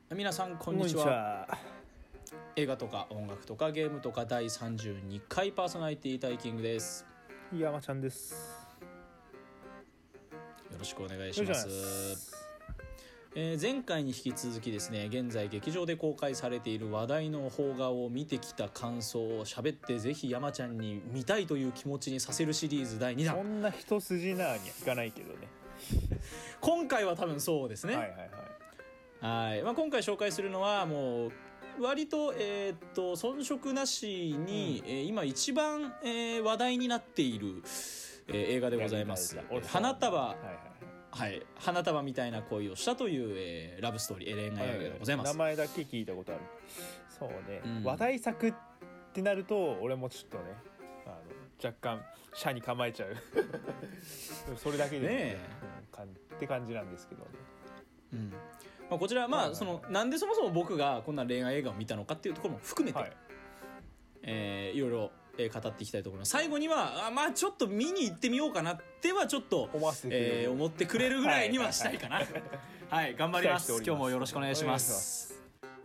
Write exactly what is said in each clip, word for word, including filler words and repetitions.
皆さんこんにちは。映画とか音楽とかゲームとかだいさんじゅうにかいパーソナリティタイキングです。 山ちゃんです。 よろしくお願いします。えー、前回に引き続きですね、現在劇場で公開されている話題の邦画を見てきた感想を喋って、ぜひ山ちゃんに見たいという気持ちにさせるシリーズだいにだん。 そんな一筋縄にはいかないけどね。 今回は多分そうですね。 はいはいはい。 はい、まあ、今回紹介するのはもう割と、えー、っと遜色なしに、うんえー、今一番、えー、話題になっている、えー、映画でございます。花束、はいはいはい、花束みたいな恋をしたという、えー、ラブストーリー、恋愛映画でございます。 名前だけ聞いたことある。そうね、うん、話題作ってなると俺もちょっとね、あの若干車に構えちゃうそれだけで、ねねうん、かんって感じなんですけどね。 うんまあ、こちらはまあそのなんでそもそも僕がこんな恋愛映画を見たのかっていうところも含めて、はいえー、いろいろ語っていきたいと思います。最後にはあまあちょっと見に行ってみようかなってはちょっと思わせて、えー、思ってくれるぐらいにはしたいかなはい頑張ります。今日もよろしくお願いします。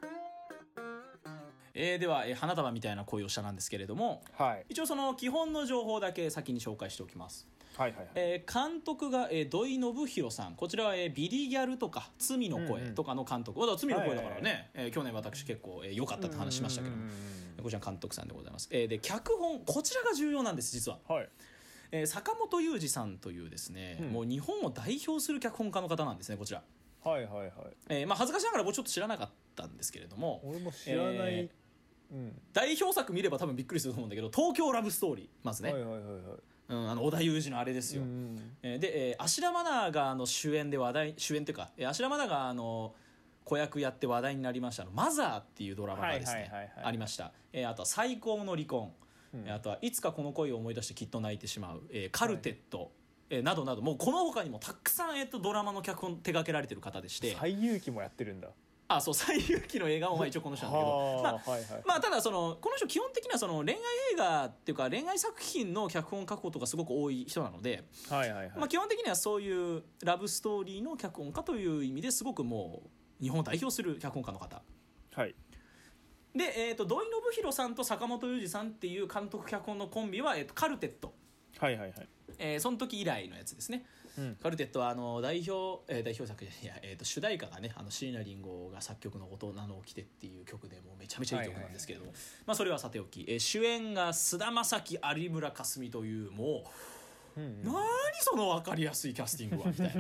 えー、では、えー、花束みたいな恋をしたなんですけれども、はい、一応その基本の情報だけ先に紹介しておきます。はいはいはいえー、監督が、えー、土井信弘さん。こちらは、えー、ビリギャルとか罪の声とかの監督、うんうん、罪の声だからね、はいはいはいえー、去年私結構良、えー、かったって話しましたけども、うんうんうん、こちら監督さんでございます。えー、で脚本こちらが重要なんです実は、はいえー、坂本雄二さんというですね、うん、もう日本を代表する脚本家の方なんですねこちら。はいはいはいえーまあ、恥ずかしながら僕ちょっと知らなかったんですけれども、 俺も知らない、えーうん、 代表作見れば多分びっくりすると思うんだけど、東京ラブストーリーまずね、はいはいはいはいうん、あの織田裕二のあれですよ、うんえー、で、えー、芦田愛菜があの主演で話題主演っていうか、えー、芦田愛菜があの子役やって話題になりましたのマザーっていうドラマがですね、はいはいはいはい、ありました、えー、あとは最高の離婚、うん、あとはいつかこの恋を思い出してきっと泣いてしまう、えー、カルテット、はいえー、などなどもうこの他にもたくさん、えー、とドラマの脚本手掛けられてる方でして、 最遊記もやってるんだ。 あそう最遊記の映画も一応この人なんだけどまあ、はいはいまあ、ただそのこの人基本的にはその恋愛映画っていうか恋愛作品の脚本書くことがすごく多い人なので、はいはいはいまあ、基本的にはそういうラブストーリーの脚本家という意味ですごくもう日本を代表する脚本家の方、はいでえー、と土井信弘さんと坂本雄二さんっていう監督脚本のコンビは、えー、とカルテットはいはいはいえー、その時以来のやつですね、うん、カルテットはあの代表、えー、代表作いや、えー、と主題歌がねあの椎名林檎が作曲の大人の起きてっていう曲でもうめちゃめちゃいい曲なんですけれども、はいはいはいまあ、それはさておき、えー、主演が菅田将暉有村架純というもう、うんうん、何その分かりやすいキャスティングはみたいな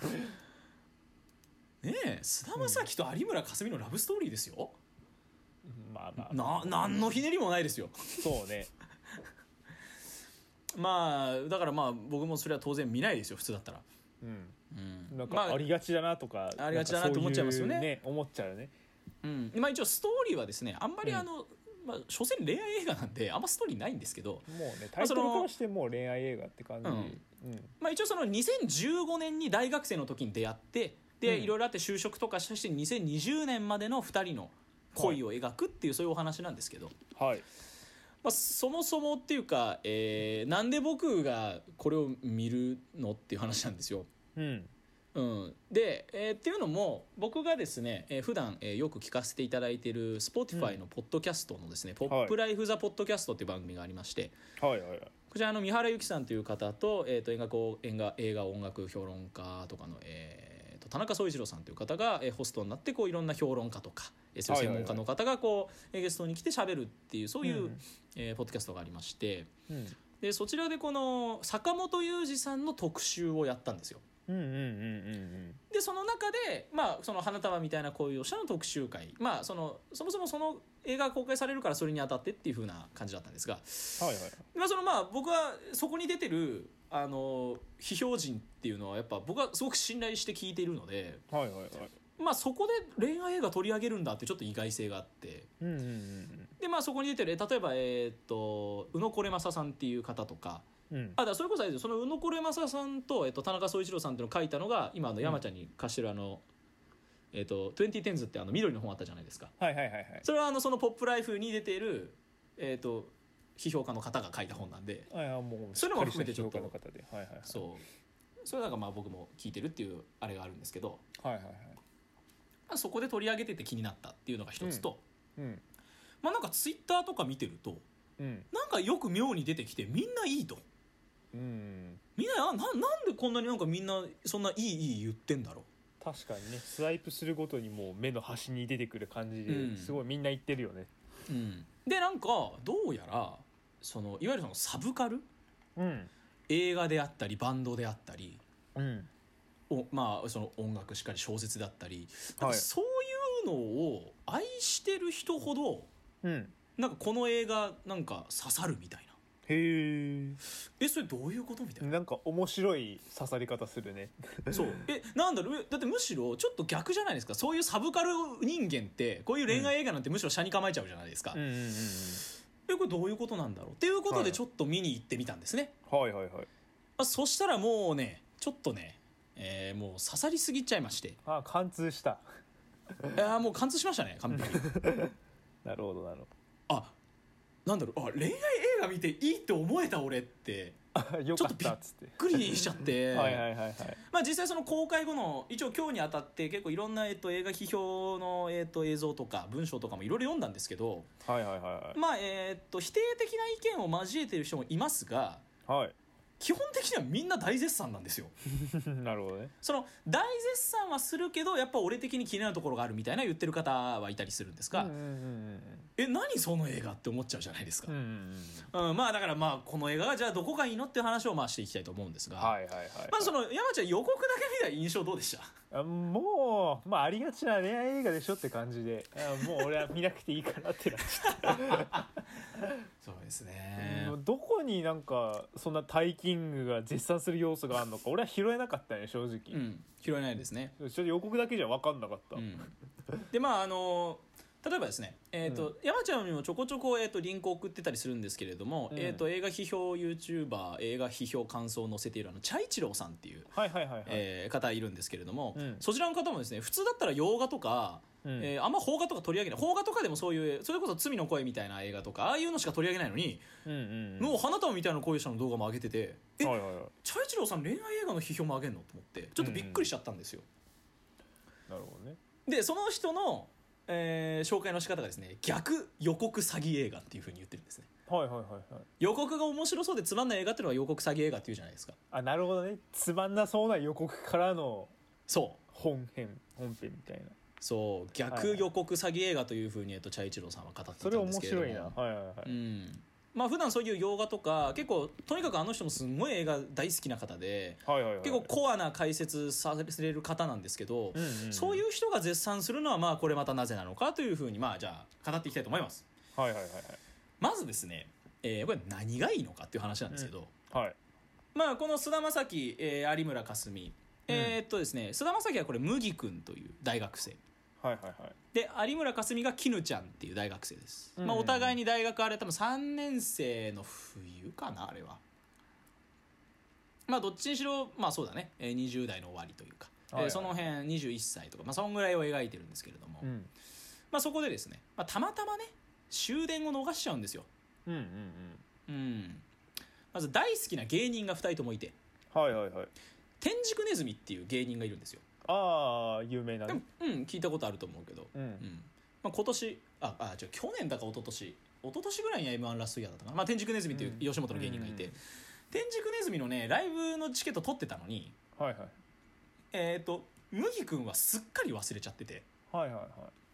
ねえ菅田将暉と有村架純のラブストーリーですよ、うん、まあまあ、まあ、な何のひねりもないですよそうねまあだからまあ僕もそれは当然見ないですよ普通だったら、うんうん、なんかありがちだなとか、 まあ、ありがちだなと思っちゃいますよね、 ね思っちゃうよね、 うんまあ、一応ストーリーはですねあんまりあの、うんまあ、所詮恋愛映画なんであんまストーリーないんですけど、もうねタイトルからしてもう恋愛映画って感じ、うんうんまあ、一応そのにせんじゅうごねんに大学生の時に出会ってで、うん、いろいろあって就職とかしてにせんにじゅうねんまでのふたりの恋を描くっていう、はい、そういうお話なんですけど、はいまあ、そもそもっていうか、えー、なんで僕がこれを見るのっていう話なんですよ、うんうん、で、えー、っていうのも僕がですね、えー、普段、えー、よく聞かせていただいている Spotify のポッドキャストのですね、うん、ポップライフザポッドキャストっていう番組がありまして、はいはいはい、こちらの三原由紀さんという方と、えー、と映画映画映画音楽評論家とかの、えー、と田中総一郎さんという方が、えー、ホストになってこういろんな評論家とか、えー、そういう専門家の方がこう、はいはいはい、ゲストに来て喋るっていうそういう、うんえー、ポッドキャストがありまして、うん、でそちらでこの坂本雄二さんの特集をやったんですよ。うんうんうんうん、でその中で、まあ、その花束みたいな恋をしたの特集会、まあ、そのそもそもその映画が公開されるからそれにあたってっていう風な感じだったんですが、はいはいまあそのまあ、僕はそこに出てるあの批評人っていうのはやっぱ僕はすごく信頼して聞いているので、はいはいはいまあ、そこで恋愛映画取り上げるんだってちょっと意外性があって、うんうんうん、でまあそこに出てる例えば、えー、っと宇野これまささんっていう方とかうん、あだからそれこそあれですよその宇野これまささんと、えっと、田中総一郎さんっていうのを書いたのが今あの山ちゃんに貸してるあの、うんえっと、にじゅうテンズってあの緑の本あったじゃないですか、はいはいはいはい、それはあのそのポップライフに出ている、えっと、批評家の方が書いた本なんで、 はいはい、もうそれも含めてちょっと批評家の方で、はいはいはい、 そうそれなんかまあ僕も聞いてるっていうあれがあるんですけど、はいはいはいまあ、そこで取り上げてて気になったっていうのが一つと、 うんうん、 まあなんかツイッターとか見てると、うん、なんかよく妙に出てきてみんないいと、うん、みんな な, なんでこんなになんかみんなそんないいいい言ってんだろう。 確かにね、スワイプするごとにもう目の端に出てくる感じですごいみんな言ってるよね、 うん、でなんかどうやらそのいわゆるそのサブカル、うん、映画であったりバンドであったり、うん、おまあその音楽しかり小説だったり、なんかそういうのを愛してる人ほど、うん、なんかこの映画なんか刺さるみたいな。へえ。え、それどういうことみたいな。 なんか面白い刺さり方するね。 そう。え、なんだろう、だってむしろちょっと逆じゃないですか。そういうサブカル人間ってこういう恋愛映画なんてむしろ車に構えちゃうじゃないですか。うんうんうんうん、え、これどういうことなんだろうっていうことでちょっと見に行ってみたんですね。はいはいはい。あ、そしたらもうね、ちょっとね、えー、もう刺さりすぎちゃいまして。 あ、貫通した。 いやもう貫通しましたね、完璧に。 なるほどなるほど。 あ、なんだろう、あ、恋愛映画見ていいって思えた俺ってちょっとびっくりしちゃってはいはいはいはい、 まあ実際その公開後の一応今日にあたって結構いろんな、えっと、映画批評の、えっと、映像とか文章とかもいろいろ読んだんですけど、はいはいはいはい、まあえっと否定的な意見を交えている人もいますが、はい、基本的にはみんな大絶賛なんですよ。 なるほどね。 その大絶賛はするけどやっぱ俺的に気になるところがあるみたいな言ってる方はいたりするんですが、うんうんうん、え何その映画って思っちゃうじゃないですか、うんうんうん、まあだからまあこの映画がじゃあどこがいいのっていう話をまあしていきたいと思うんですが、はいはいはいはい、まずその山ちゃん予告だけ見た印象どうでした？ あもう、まあ、ありがちな恋愛映画でしょって感じでもう俺は見なくていいかなってなっちゃったそうですね、 どこになんかそんなタイキングが絶賛する要素があるのか俺は拾えなかったね正直、 うん、拾えないですね。 ちょっと予告だけじゃ分かんなかった、うん、 でまああの例えばですね、えーとうん、山ちゃんにもちょこちょこ、えーとリンクを送ってたりするんですけれども、うんえーと映画批評 YouTuber 映画批評感想を載せているあのチャイチローさんっていう方いるんですけれども、うん、そちらの方もですね普通だったら洋画とか、うんえー、あんま邦画とか取り上げない邦画とかでもそういうそれこそ罪の声みたいな映画とかああいうのしか取り上げないのに、うんうんうん、もう花束みたいな恋者の動画も上げててえ、はいはいはい、チャイチローさん恋愛映画の批評も上げんのと思ってちょっとびっくりしちゃったんですよ、 うんうん、なるほどね。 でその人のえー、紹介の仕方がですね逆予告詐欺映画っていう風に言ってるんですね。 はいはいはいはい。 予告が面白そうでつまんない映画っていうのは予告詐欺映画っていうじゃないですか。 あ、なるほどね。つまんなそうな予告からのそう本編本編みたいな。 そう逆予告詐欺映画という風に、えっと、チャイチローさんは語ってたんですけれども、それ面白いな。はいはいはい。うん。まあ普段そういう洋画とか結構とにかくあの人もすごい映画大好きな方で、はいはいはい、結構コアな解説される方なんですけど、うんうんうん、そういう人が絶賛するのはまあこれまたなぜなのかというふうにまあじゃあ語っていきたいと思います。はいはいはいはい、まずですね、えー、これ何がいいのかっていう話なんですけど、うんはい、まあこの菅田将暉、えー、有村架純、えー、っとですね菅田将暉はこれ麦君という大学生。はいはいはい、で有村架純が絹ちゃんっていう大学生です、うんうんうんまあ、お互いに大学あれ多分さんねん生の冬かなあれはまあどっちにしろまあそうだねにじゅう代の終わりというか、はいはいえー、その辺にじゅういっさいとかまあそんぐらいを描いてるんですけれども、うんまあ、そこでですね、まあ、たまたまね終電を逃しちゃうんですよ、うんうんうんうん、まず大好きな芸人がふたりともいて、はいはいはい、天竺ネズミっていう芸人がいるんですよ。 ああ有名なね、 うん、聞いたことあると思うけど、うんうんまあ、今年ああじゃ去年だか一昨年一昨年ぐらいに エムワン ラストイヤーだったかな、まあ、天竺ネズミっていう吉本の芸人がいて、うん、天竺ネズミのねライブのチケット取ってたのに、はいはい、えっ、ー、と麦君はすっかり忘れちゃってて、はいはいはい、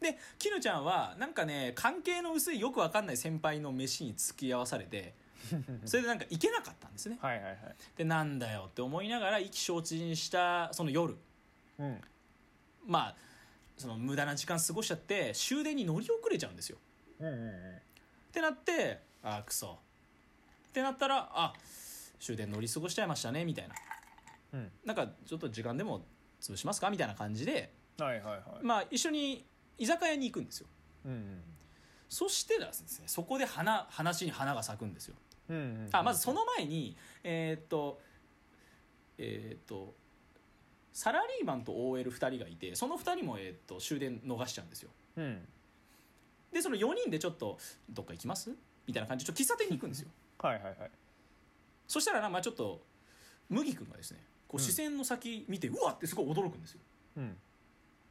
で絹ちゃんはなんかね関係の薄いよくわかんない先輩の飯に付き合わされてそれでなんか行けなかったんですね、はいはいはい、でなんだよって思いながら意気消沈したその夜うん、まあその無駄な時間過ごしちゃって終電に乗り遅れちゃうんですよ、うんうんうん、ってなってあークソってなったらあ終電乗り過ごしちゃいましたねみたいな、うん、なんかちょっと時間でも潰しますかみたいな感じで、はいはいはい、まあ一緒に居酒屋に行くんですよ、うんうん、そしてですねそこで花話に花が咲くんですよ、うんうんうん、あまずその前にえー、っとえー、っとサラリーマンと オーエルふたりがいてそのふたりも、えー、と終電逃しちゃうんですよ、うん、でそのよにんでちょっとどっか行きますみたいな感じでちょっと喫茶店に行くんですよはいはいはいそしたらな、まあ、ちょっと麦君がですねこう視線の先見て、うん、うわってすごい驚くんですよ、うん、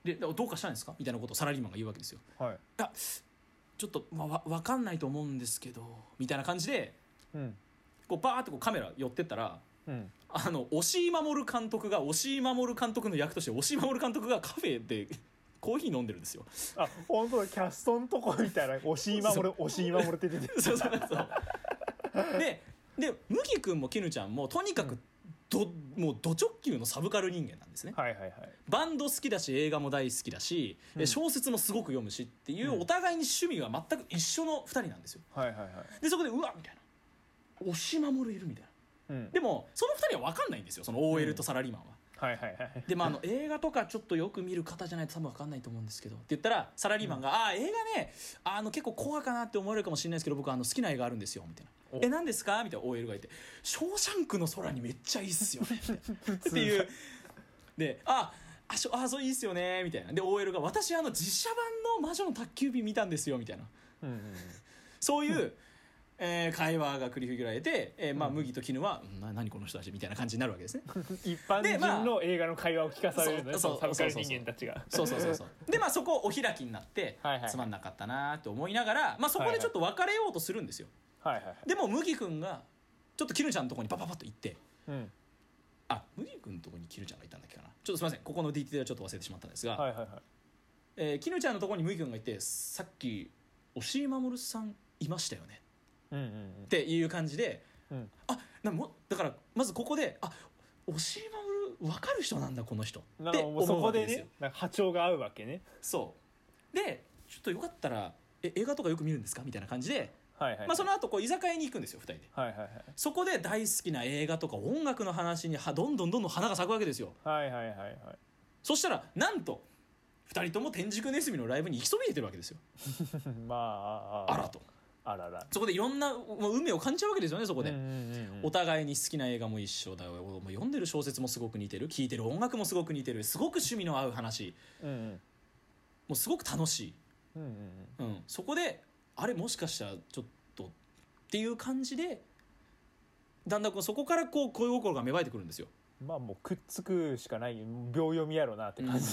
でどうかしたんですかみたいなことをサラリーマンが言うわけですよ。 はい、いやちょっと、まあ、わ分かんないと思うんですけどみたいな感じで、うん、こうバーってこうカメラ寄ってったら、うん、あの押井守監督が押井守監督の役として押井守監督がカフェでコーヒー飲んでるんですよ。 あ、本当だ、キャストのとこみたいな押井守押井守って出てる。 そうそうそうでで麦君も絹ちゃんもとにかくど、もうド直球のサブカル人間なんですね、 はいはいはい、 バンド好きだし映画も大好きだし、うん、小説もすごく読むしっていう、お互いに趣味が全く一緒のふたりなんですよ、 はいはいはい、 でそこでうわみたいな押井守いるみたいな、うん、でもそのふたりは分かんないんですよ、その オーエル とサラリーマンは、 うん、はいはいはい、 で、まあ、あの映画とかちょっとよく見る方じゃないと多分分かんないと思うんですけどって言ったらサラリーマンが、うん、ああ映画ねあの結構コアかなって思われるかもしれないですけど僕あの好きな映画あるんですよみたいな、え何ですかみたいな オーエル がいて「ショーシャンクの空にめっちゃいいっすよね」っていうで「ああしょあそういいっすよね」みたいなで オーエル が「私あの実写版の魔女の宅急便見たんですよ」みたいな、うんうんうん、そういう、えー、会話が繰り広げられて、えーまあ、麦と絹は「な何この人たち」みたいな感じになるわけですね。 一般人の映画の会話を聞かされるのね、そのサブカル人間たちが。 そうそうそうそうでまあそこお開きになってはい、はい、つまんなかったなって思いながら、まあ、そこでちょっと別れようとするんですよ、はいはいはい、でも麦君がちょっと絹ちゃんのところにパパパッと行って、うん、あ麦君のところに絹ちゃんがいたんだっけかな、ちょっとすみませんここのディテールはちょっと忘れてしまったんですが、はいはいはい、えー、絹ちゃんのところに麦君がいてさっき押井守さんいましたよね、うんうんうん、っていう感じで、うん、あなもだからまずここであ押井守分かる人なんだこの人って思うわけですよ。そこでねなんか波長が合うわけね。 そうでちょっとよかったらえ映画とかよく見るんですかみたいな感じで、はいはいはい、まあ、その後こう居酒屋に行くんですよふたりで、はいはいはい、そこで大好きな映画とか音楽の話にはどんどんどんどん花が咲くわけですよ、はいはいはいはい、そしたらなんとふたりとも天竺ネズミのライブに行きそびれてるわけですよまああらとあららそこでいろんなもう運命を感じちゃうわけですよね。そこで、うんうんうんうん、お互いに好きな映画も一緒だよ、もう読んでる小説もすごく似てる、聴いてる音楽もすごく似てる、すごく趣味の合う話、うんうん、もうすごく楽しい、うんうんうんうん、そこであれもしかしたらちょっとっていう感じでだんだんこうそこからこう恋心が芽生えてくるんですよ。 まあもうくっつくしかない秒読みやろなって感じ、うん、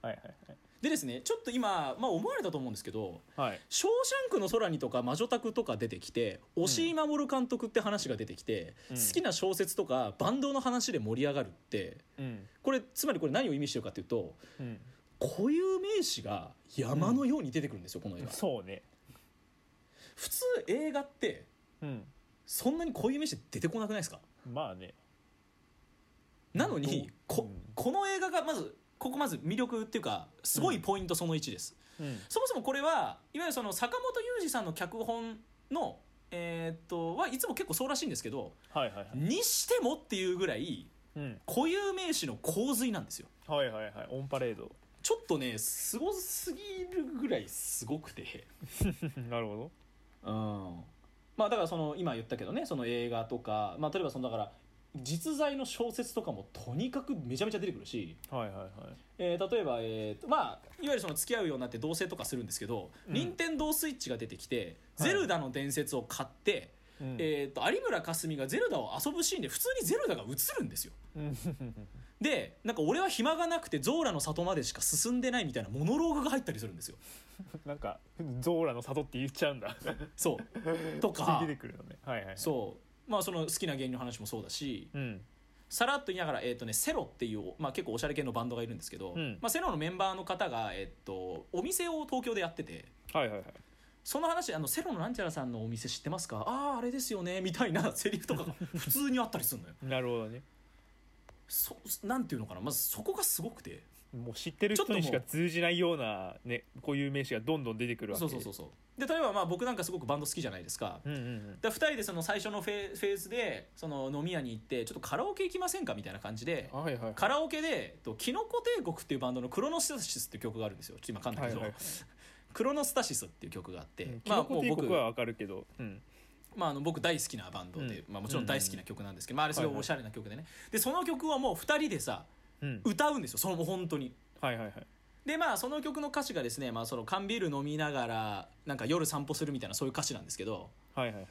はいはいはい。 でですねちょっと今、まあ、思われたと思うんですけど「はい、ショーシャンクの空に」とか「魔女宅」とか出てきて押井守監督って話が出てきて、うん、好きな小説とかバンドの話で盛り上がるって、うん、これつまりこれ何を意味してるかっていうと、うん、固有名詞が山のように出てくるんですよ、うん、この映画。そうね普通映画って、うん、そんなに固有名詞出てこなくないですか。まあねなのに、うん、こ, この映画がまずここまず魅力っていうかすごいポイントそのいちです、うん、そもそもこれはいわゆるその坂本雄二さんの脚本の、えー、っとはいつも結構そうらしいんですけど、はいはいはい、にしてもっていうぐらい、うん、固有名詞の洪水なんですよ。はいはいはいオンパレードちょっとねすごすぎるぐらいすごくてなるほど、うんまあ、だからその今言ったけどねその映画とか、まあ、例えばそのだから実在の小説とかもとにかくめちゃめちゃ出てくるし、はいはいはいえー、例えば、えーとまあ、いわゆるその付き合うようになって同棲とかするんですけど、うん、任天堂スイッチが出てきて、はい、ゼルダの伝説を買って、うんえー、と有村架純がゼルダを遊ぶシーンで普通にゼルダが映るんですよでなんか俺は暇がなくてゾーラの里までしか進んでないみたいなモノローグが入ったりするんですよなんかゾーラの里って言っちゃうんだそうとか出てくるのね、はいはいはい、 そうまあ、その好きな芸人の話もそうだし、うん、さらっと言いながら、えーとね、セロっていう、まあ、結構おしゃれ系のバンドがいるんですけど、うんまあ、セロのメンバーの方が、えーと、お店を東京でやってて、はいはいはい、その話あのセロのなんちゃらさんのお店知ってますかあああれですよねみたいなセリフとかが普通にあったりするのよなるほどねそなんていうのかなまずそこがすごくてもう知ってる人にしか通じないような、ね、こういう名詞がどんどん出てくるわけそうそうそうそうで例えばまあ僕なんかすごくバンド好きじゃないですか、うんうんうん、でふたりでその最初のフェーズでその飲み屋に行ってちょっとカラオケ行きませんかみたいな感じで、はいはいはい、カラオケでキノコ帝国っていうバンドのクロノスタシスっていう曲があるんですよちょっと今噛んだけど、はいはいはい、クロノスタシスっていう曲があって、うん、 キノコ帝国は分かるけど、うんまあ、あの僕大好きなバンドで、うんまあ、もちろん大好きな曲なんですけど、うんまあ、あれすごいおしゃれな曲でね、はいはい、でその曲はもうふたりでさ、うん、歌うんですよそのもう本当にはいはいはいでまあその曲の歌詞がですね、まあ、その缶ビール飲みながらなんか夜散歩するみたいなそういう歌詞なんですけど、はいはいはい、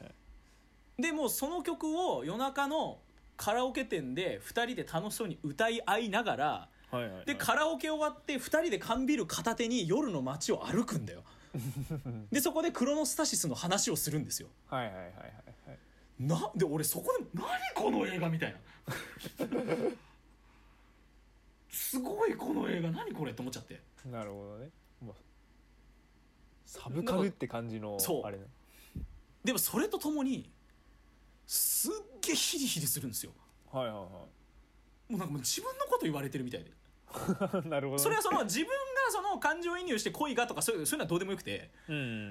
でもうその曲を夜中のカラオケ店でふたりで楽しそうに歌い合いながら、 はいはいはい、 でカラオケ終わってふたりで缶ビール片手に夜の街を歩くんだよでそこでクロノスタシスの話をするんですよ。 はいはいはいはいはい。 なで俺そこで何この映画みたいなすごいこの映画何これって思っちゃって。 なるほどね。もうサブカルって感じのあれな。 でもそれとともにすっげえヒリヒリするんですよ。 はいはいはい。 もうなんかもう自分のこと言われてるみたいでなるほど、ね、 それはその自分がその感情移入して恋がとかそういう、そういうのはどうでもよくて、 うん、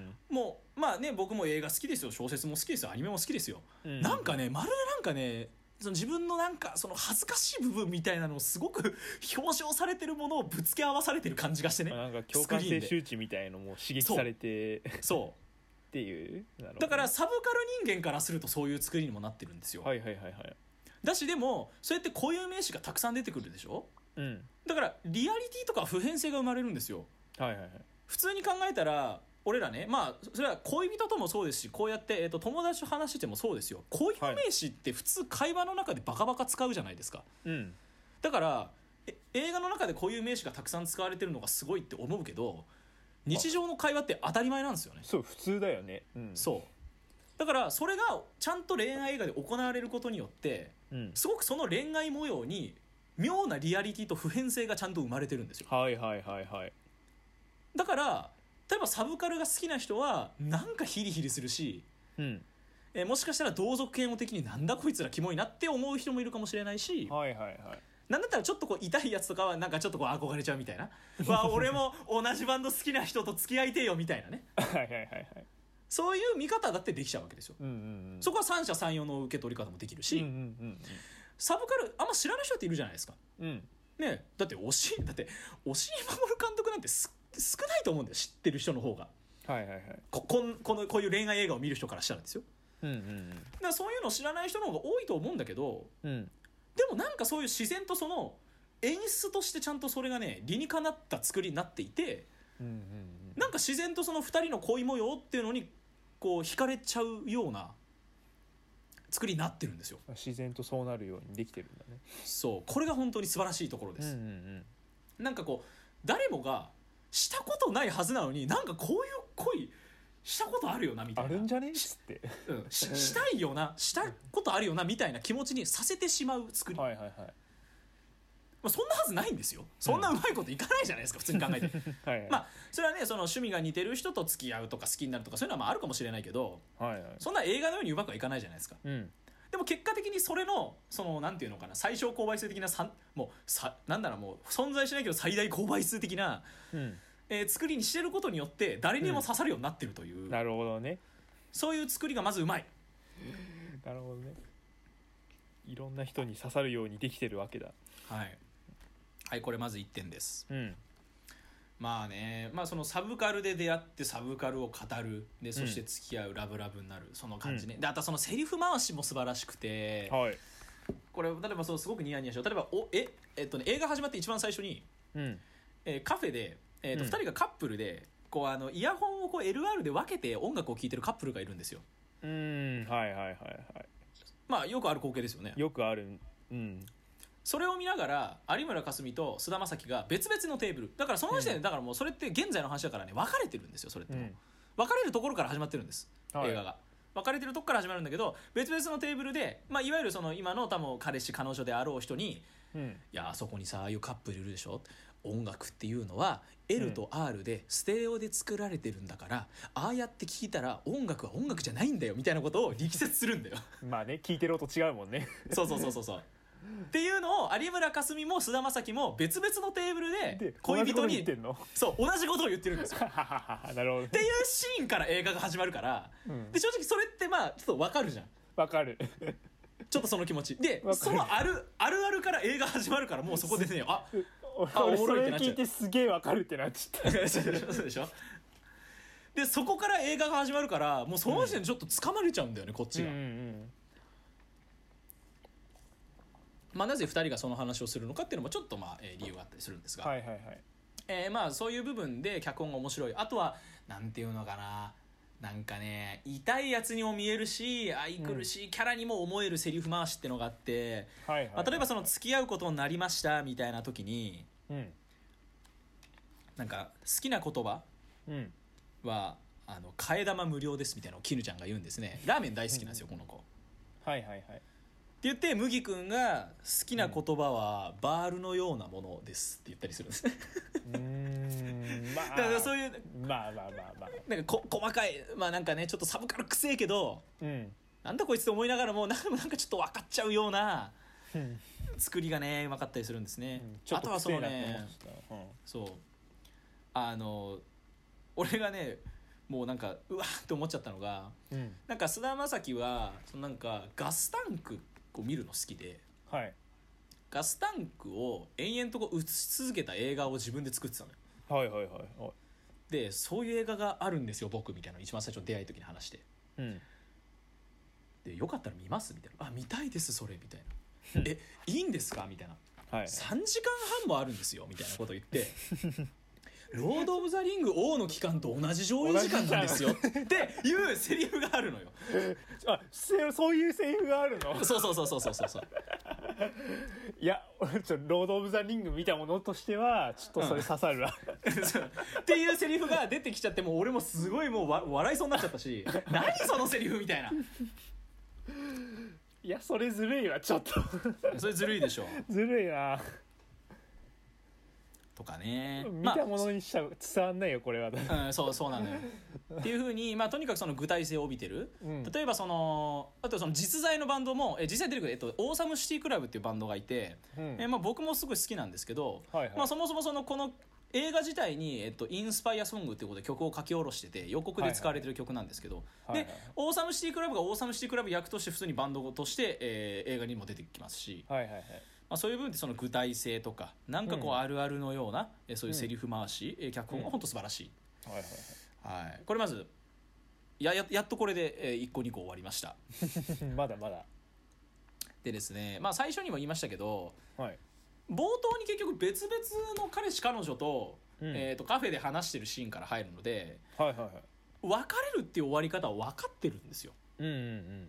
もうまあね僕も映画好きですよ、小説も好きですよ、アニメも好きですよ、うん、なんかねまるでなんかねその自分のなんかその恥ずかしい部分みたいなのをすごく表彰されてるものをぶつけ合わされてる感じがしてね、 なんか共感性周知みたいのも刺激されてそうっていう、なるほど。 だからサブカル人間からするとそういう作りにもなってるんですよ。 はいはいはいはい。 だしでもそうやって固有名詞がたくさん出てくるでしょ、うん、だからリアリティとか普遍性が生まれるんですよ。 はいはいはい。 普通に考えたら俺らね、まあそれは恋人ともそうですし、こうやって、えー、と友達と話しててもそうですよ。固有名詞って普通会話の中でバカバカ使うじゃないですか、うん、だから映画の中で固有名詞がたくさん使われてるのがすごいって思うけど、日常の会話って当たり前なんですよね。 そう普通だよね、うん、 そうだからそれがちゃんと恋愛映画で行われることによって、うん、すごくその恋愛模様に妙なリアリティと普遍性がちゃんと生まれてるんですよ。 はいはいはいはい。 だから例えばサブカルが好きな人はなんかヒリヒリするし、うん、えもしかしたら同族嫌悪的になんだこいつらキモいなって思う人もいるかもしれないし、 はいはいはい、 なんだったらちょっとこう痛いやつとかはなんかちょっとこう憧れちゃうみたいなわ俺も同じバンド好きな人と付き合いてよみたいなねはいはいはいはい、 そういう見方だってできちゃうわけですよ、うんうんうん、そこは三者三様の受け取り方もできるし、うんうんうんうん、サブカルあんま知らない人っているじゃないですか、うんね、だって押しだって押井守監督なんてす少ないと思うんだよ、知ってる人の方が、 はいはいはい、 こ, こ, こ, のこういう恋愛映画を見る人からしたらですよ、うんうんうん、だからそういうのを知らない人の方が多いと思うんだけど、うん、でもなんかそういう自然とその演出としてちゃんとそれがね理にかなった作りになっていて、うんうんうん、なんか自然とそのふたりの恋模様っていうのにこう惹かれちゃうような作りになってるんですよ。 自然とそうなるようにできてるんだね。 そうこれが本当に素晴らしいところです、うんうんうん、なんかこう誰もがしたことないはずなのになんかこういう恋したことあるよなみたいな、 あるんじゃねっつって、 うん、し, したいよなしたことあるよなみたいな気持ちにさせてしまう作り、はいはいはい、まあ、そんなはずないんですよ。そんなうまいこといかないじゃないですか、うん、普通に考えてはい、はい、まあそれはねその趣味が似てる人と付き合うとか好きになるとかそういうのはまああるかもしれないけど、はいはい、そんな映画のようにうまくはいかないじゃないですか、うん、でも結果的にそれのそのなんていうのかな最小公倍数的なもうさなんだろうもう存在しないけど最大公倍数的な、うんえー、作りにしてることによって誰にも刺さるようになってるという、うん、 なるほどね、 そういう作りがまずうまいなるほどね、いろんな人に刺さるようにできてるわけだ。 はい、はい、これまずいってんです、うん、まあね、まあ、そのサブカルで出会ってサブカルを語るでそして付き合う、うん、ラブラブになるその感じね、うん、であとはそのセリフ回しも素晴らしくて、はい、これ例えばそうすごくニヤニヤしよう。例えばおえ、えっとね、映画始まって一番最初に、うんえー、カフェで、えーとうん、ふたりがカップルでこうあのイヤホンをこう エルアール で分けて音楽を聴いてるカップルがいるんですよ。 うんはいはいはいはい、 まあよくある光景ですよね。 よくある、うん、 それを見ながら有村架純と菅田将暉が別々のテーブルだからその時点で、うん、だからもうそれって現在の話だからね分かれてるんですよ。それってもう、うん、分かれるところから始まってるんです、はい、映画が分かれてるところから始まるんだけど別々のテーブルで、まあ、いわゆるその今の多分彼氏彼女であろう人に、うん、いやあそこにさああいうカップルいるでしょ、音楽っていうのは エル と アール でステレオで作られてるんだから、うん、ああやって聴いたら音楽は音楽じゃないんだよみたいなことを力説するんだよまあね聴いてる音違うもんねそうそうそうそうそうっていうのを有村架純も菅田将暉も別々のテーブルで恋人にそう同じことを言ってるんですよなるほど、ね、 っていうシーンから映画が始まるから、うん、で正直それってまあちょっと分かるじゃん。 分かるちょっとその気持ちでそのあるあるあるから映画始まるからもうそこでねああおもろいってなっちゃう。それ聞いてすげえ分かるってなっちゃったそうでしょ。でそこから映画が始まるからもうその時点でちょっと掴まれちゃうんだよね、うん、こっちが、うんうんうんまあ、なぜふたりがその話をするのかっていうのもちょっとまあ、えー、理由があったりするんですが、はいはいはいえー、まあそういう部分で脚本が面白い。あとはなんていうのかななんかね痛いやつにも見えるし愛くるしいキャラにも思えるセリフ回しってのがあって、うんはいはいはいまあ、例えばその付き合うことになりましたみたいな時に、うん、なんか好きな言葉は、うん、あの替え玉無料ですみたいなのを絹ちゃんが言うんですね。ラーメン大好きなんですよ、うん、この子はいはいはいって言って麦くんが好きな言葉はバールのようなものですって言ったりするんですねうーんまあだからそういうまあまあまあまあなんかこ細かいまあなんかねちょっとサブカルくせえけど、うん、なんだこいつって思いながらもなんかなんかちょっと分かっちゃうような作りがねうまかったりするんですね、うん、あとはそのね、うん、そうあの俺がねもうなんかうわーって思っちゃったのが、うん、なんか菅田将暉はそのなんかガスタンクを見るの好きで、はい、ガスタンクを延々とこう映し続けた映画を自分で作ってたのよ。 はいはいはい、はい、 でそういう映画があるんですよ僕みたいなの一番最初の出会いの時に話して、うん、でよかったら見ますみたいなあ見たいですそれみたいなえいいんですかみたいな、はい、さんじかんはんもあるんですよみたいなこと言ってロード・オブ・ザ・リング王の期間と同じ上映時間なんですよっていうセリフがあるのよあそういうセリフがあるのそうそうそうそうそうそういやちょロード・オブ・ザ・リング見たものとしてはちょっとそれ刺さるわ、 うん、っていうセリフが出てきちゃってもう俺もすごいもうわ笑いそうになっちゃったし何そのセリフみたいないやそれずるいわちょっとそれずるいでしょずるいなとかね見たものにしちゃ伝わんないよこれは、 うん、そうそうなのよっていう風にまあとにかくその具体性を帯びてる、うん、例えばそのあとその実在のバンドもえ実際出てくる、えっと、オーサムシティクラブっていうバンドがいて、うんえまあ、僕もすごい好きなんですけど、はいはいまあ、そもそもそのこの映画自体に、えっと、インスパイアソングっていうことで曲を書き下ろしてて予告で使われてる曲なんですけど、はいはい、で、はいはい、オーサムシティクラブがオーサムシティクラブ役として普通にバンドとして、えー、映画にも出てきますし、はいはいはいまあ、そういう部分でその具体性とかなんかこうあるあるのような、うん、そういうセリフ回し、うん、脚本が本当素晴らしい、うんはいはいはい、これまず や, や, やっとこれでいっこにこ終わりましたまだまだでですね、まあ、最初にも言いましたけど、はい、冒頭に結局別々の彼氏彼女 と,、うんえー、とカフェで話してるシーンから入るので、はいはいはい、別れるっていう終わり方は分かってるんですよ、うんうんうん、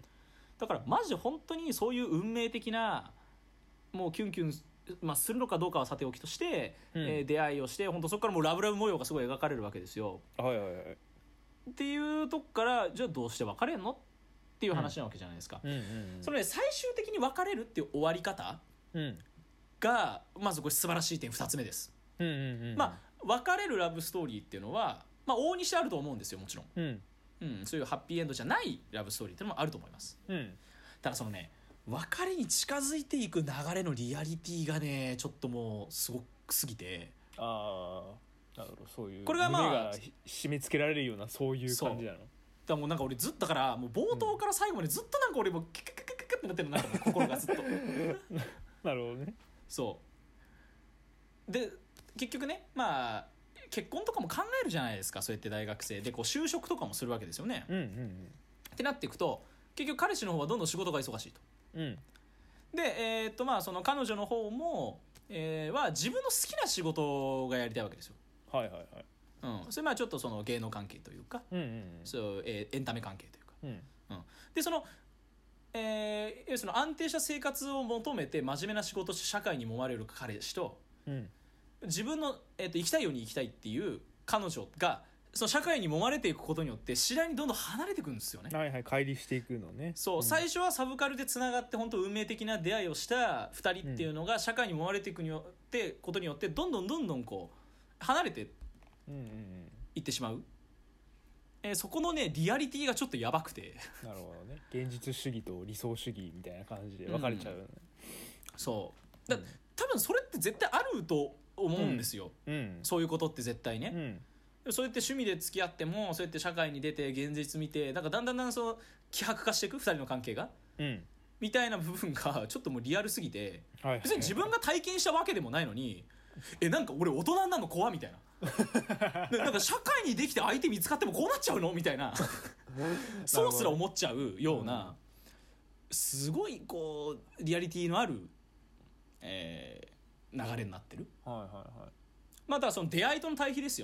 だからマジで本当にそういう運命的なもうキュンキュン、まあ、するのかどうかはさておきとして、うんえー、出会いをして本当そこからもうラブラブ模様がすごい描かれるわけですよ、はいはいはい、っていうとこからじゃあどうして別れんのっていう話なわけじゃないですか、うんうんうんうん、それで最終的に別れるっていう終わり方が、うん、まずこれ素晴らしい点ふたつめです、うんうんうん、まあ別れるラブストーリーっていうのは、まあ、往々にしてあると思うんですよもちろん、うんうん、そういうハッピーエンドじゃないラブストーリーっていうのもあると思います、うん、ただそのね別れに近づいていく流れのリアリティがねちょっともうすごくすぎてああなるほどそういうこれがまあ胸が締め付けられるようなそういう感じなのだからもうなんか俺ずっとだからもう冒頭から最後までずっとなんか俺もキュキュキュキュキュってなってるなんか心がずっとなるほどねそうで結局ねまあ結婚とかも考えるじゃないですかそうやって大学生でこう就職とかもするわけですよね、うんうんうん、ってなっていくと結局彼氏の方はどんどん仕事が忙しいとうん、で、えーっとまあ、その彼女の方も、えー、は自分の好きな仕事がやりたいわけですよ。はいはいはい。うん、それまあちょっとその芸能関係というか、うんうんうん、そうえー、エンタメ関係というか、うんうん、でその、えー、その安定した生活を求めて真面目な仕事をして社会に揉まれる彼氏と、うん、自分の、えーっと、生きたいように生きたいっていう彼女がその社会に揉まれていくことによって次第にどんどん離れていくんですよね。 はいはい乖離していくのね。 そう、うん、最初はサブカルでつながって本当運命的な出会いをしたふたりっていうのが社会に揉まれていくによってことによってどんどんどんどんこう離れていってしまう、えー、そこのねリアリティがちょっとやばくてなるほどね現実主義と理想主義みたいな感じで分かれちゃうよね、うん、 そうだ、うん、多分それって絶対あると思うんですよ、うんうん、そういうことって絶対ね、うんそうやって趣味で付き合ってもそうやって社会に出て現実見てなんかだんだんだんそう希薄化していくふたりの関係が、うん、みたいな部分がちょっともうリアルすぎて、はい、別に自分が体験したわけでもないのにえなんか俺大人になるの怖みたいななんか社会にできて相手見つかってもこうなっちゃうのみたいなそうすら思っちゃうようなすごいこうリアリティのある、えー、流れになってる、はいはいはい、またその出会いとの対比ですよね。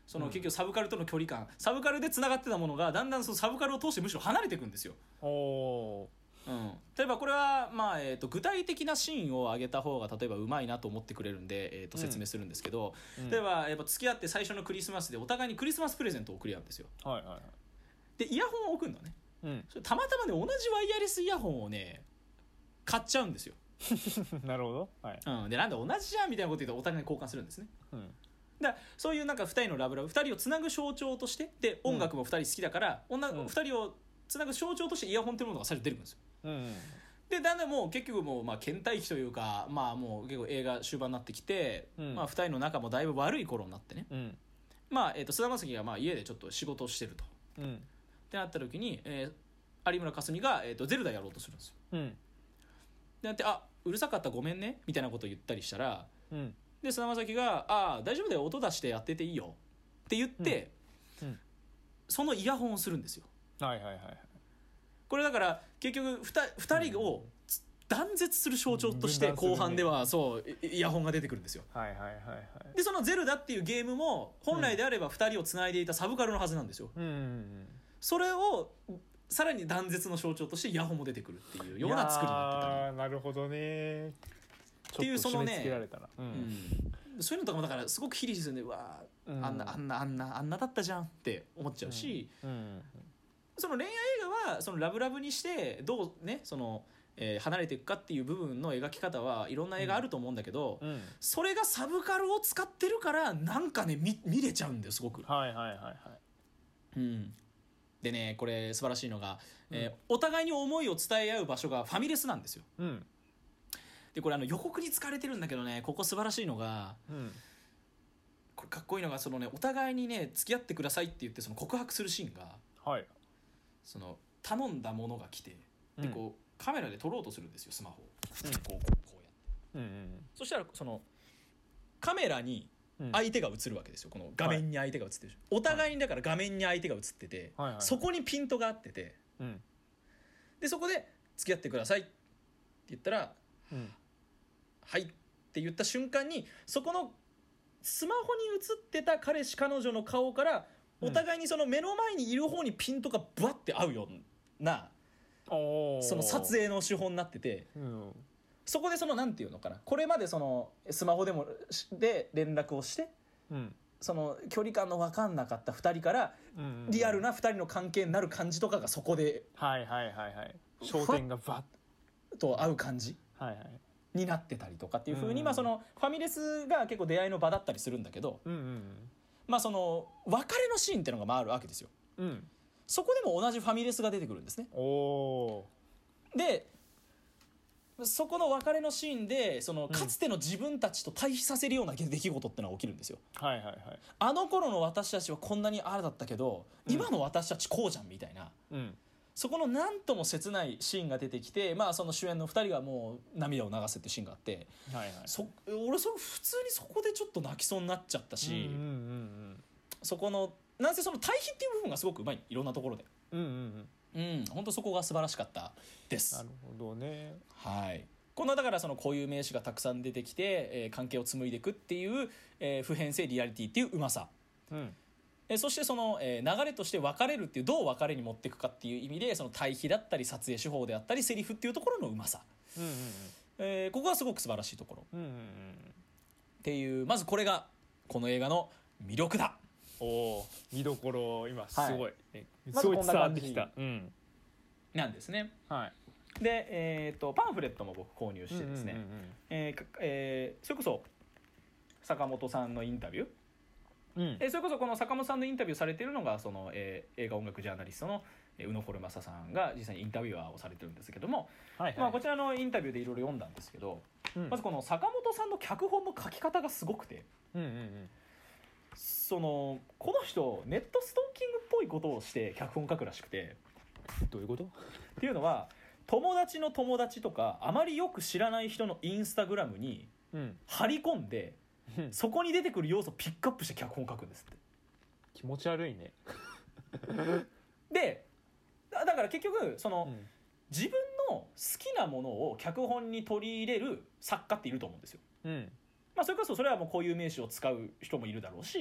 その結局サブカルとの距離感、サブカルでつながってたものがだんだんそのサブカルを通してむしろ離れていくんですよ。 おうん、例えばこれは、まあえー、と具体的なシーンを挙げた方が例えばうまいなと思ってくれるんで、えー、と説明するんですけど、うん、例えばやっぱ付き合って最初のクリスマスでお互いにクリスマスプレゼントを送り合うんですよ。 はいはいはい、 でイヤホンを送るのね、うん、たまたまね同じワイヤレスイヤホンをね買っちゃうんですよ。 なるほど、はい、 うん、でなんで同じじゃんみたいなこと言うとお互いに交換するんですね、うん、だからそういうなんかふたりのラブラブふたりをつなぐ象徴としてで音楽もふたり好きだから、うん、女ふたりをつなぐ象徴としてイヤホンというものが最初出てくるんですよ、うんうん、でだんだんもう結局もうまあ倦怠期というか、まあ、もう結構映画終盤になってきて、うんまあ、ふたりの仲もだいぶ悪い頃になってね、うんまあえー、と菅田将暉がまあ家でちょっと仕事をしてると、うん、ってなった時に、えー、有村架純が、えー、とゼルダやろうとするんですよ、うん、でなってあうるさかったごめんねみたいなことを言ったりしたら、うん、で菅田将暉があ大丈夫だよ音出してやってていいよって言って、うんうん、そのイヤホンをするんですよ。 はいはいはい、 これだから結局 2, 2人を断絶する象徴として後半ではそうイヤホンが出てくるんですよ。 はいはいはいはい、 でそのゼルダっていうゲームも本来であればふたりをつないでいたサブカルのはずなんですよ、うんうんうん、それをさらに断絶の象徴としてイヤホンも出てくるっていうような作りになってたり。 なるほどね。 っていうそのね、 うんうん、そういうのとかもだからすごくヒリヒリするんでうわあんなあんなあんなあんなだったじゃんって思っちゃうし、うんうん、その恋愛映画はそのラブラブにしてどうねその、えー、離れていくかっていう部分の描き方はいろんな映画あると思うんだけど、うんうん、それがサブカルを使ってるからなんかね 見, 見れちゃうんだよすごく。 はいはいはいはい、 うん、でねこれ素晴らしいのが、えー、お互いに思いを伝え合う場所がファミレスなんですよ、うん、でこれあの予告に使われてるんだけどねここ素晴らしいのが、うん、これかっこいいのがその、ね、お互いにね付き合ってくださいって言ってその告白するシーンが、はい、その頼んだものが来てでこう、うん、カメラで撮ろうとするんですよスマホを、うん、こうこうこうやって、うんうん、そしたらそのカメラに相手が映るわけですよこの画面に相手が映ってる、はい、お互いにだから画面に相手が映ってて、はい、そこにピントが合ってて、うん、でそこで付き合ってくださいって言ったら、うんはいって言った瞬間にそこのスマホに映ってた彼氏彼女の顔からお互いにその目の前にいる方にピントがバッて合うような、うん、その撮影の手法になってて、うん、そこでそのなんていうのかなこれまでそのスマホでもで連絡をして、うん、その距離感の分かんなかったふたりからリアルなふたりの関係になる感じとかがそこではいはいはいはい焦点がバッと合う感じ、はいはいになってたりとかっていう風に、うんまあ、そのファミレスが結構出会いの場だったりするんだけど、うんうんうんまあ、その別れのシーンっていうのがあるわけですよ、うん、そこでも同じファミレスが出てくるんですね。おでそこの別れのシーンでそのかつての自分たちと対比させるような出来事ってのが起きるんですよ、はいはいはい、あの頃の私たちはこんなにああだったけど、うん、今の私たちこうじゃんみたいな、うんそこの何とも切ないシーンが出てきて、まあ、その主演のふたりがもう涙を流すっていうシーンがあって、はいはい、そ俺そ普通にそこでちょっと泣きそうになっちゃったし、うんうんうんうん、そこのなんせその対比っていう部分がすごくうまいいろんなところで、うんうんうんうん、本当そこが素晴らしかったです。 なるほどね、 はい、このだからその固有名詞がたくさん出てきて、えー、関係を紡いでいくっていう、えー、普遍性リアリティっていううまさ、うんえそしてその、えー、流れとして別れるっていうどう別れに持っていくかっていう意味でその対比だったり撮影手法であったりセリフっていうところのうまさ、うんうんうんえー、ここがすごく素晴らしいところ、うんうんうん、っていうまずこれがこの映画の魅力だ。 お見どころ今すごい、はい、すごい伝わってきた、うん、 なんですね、はい、で、えー、とパンフレットも僕購入してですね、うんうんうんうんえーえー、それこそ坂本さんのインタビューうん、えそれこそこの坂本さんのインタビューされているのがその、えー、映画音楽ジャーナリストの宇野堀正さんが実際にインタビュアーをされてるんですけども、はいはいまあ、こちらのインタビューでいろいろ読んだんですけど、うん、まずこの坂本さんの脚本の書き方がすごくて、うんうんうん、そのこの人ネットストーキングっぽいことをして脚本書くらしくて。 どういうことっていうのは友達の友達とかあまりよく知らない人のインスタグラムに張り込んで、うん、そこに出てくる要素をピックアップして脚本書くんですって。 気持ち悪いねで だ, だから結局その、うん、自分の好きなものを脚本に取り入れる作家っていると思うんですよ、うんまあ、それこそそれはもうこういう名詞を使う人もいるだろうし